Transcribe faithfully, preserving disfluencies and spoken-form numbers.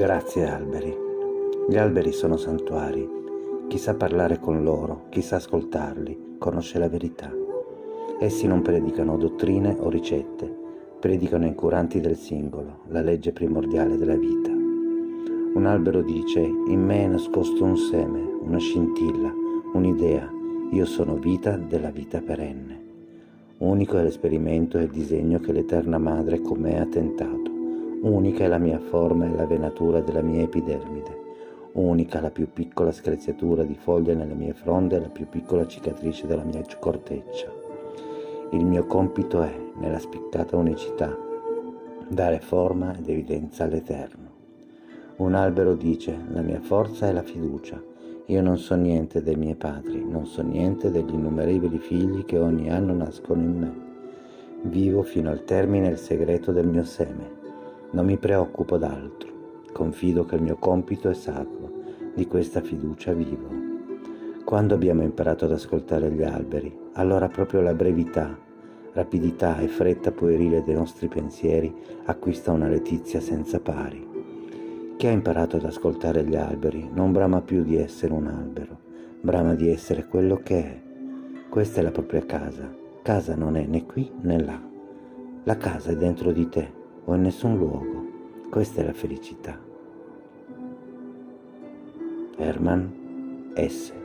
Grazie alberi. Gli alberi sono santuari. Chi sa parlare con loro, chi sa ascoltarli, conosce la verità. Essi non predicano dottrine o ricette, predicano incuranti del singolo, la legge primordiale della vita. Un albero dice: in me è nascosto un seme, una scintilla, un'idea. Io sono vita della vita perenne. Unico è l'esperimento e il disegno che l'Eterna Madre con me ha tentato. Unica è la mia forma e la venatura della mia epidermide. Unica la più piccola screziatura di foglie nelle mie fronde e la più piccola cicatrice della mia corteccia. Il mio compito è, nella spiccata unicità, dare forma ed evidenza all'Eterno. Un albero dice: la mia forza è la fiducia. Io non so niente dei miei padri, non so niente degli innumerevoli figli che ogni anno nascono in me. Vivo fino al termine il segreto del mio seme. Non mi preoccupo d'altro. Confido che il mio compito è sacro. Di questa fiducia vivo. Quando abbiamo imparato ad ascoltare gli alberi, allora proprio la brevità, rapidità e fretta puerile dei nostri pensieri acquista una letizia senza pari. Chi ha imparato ad ascoltare gli alberi non brama più di essere un albero, brama di essere quello che è. Questa è la propria casa. Casa non è né qui né là. La casa è dentro di te o in nessun luogo. Questa è la felicità. Hermann Hesse.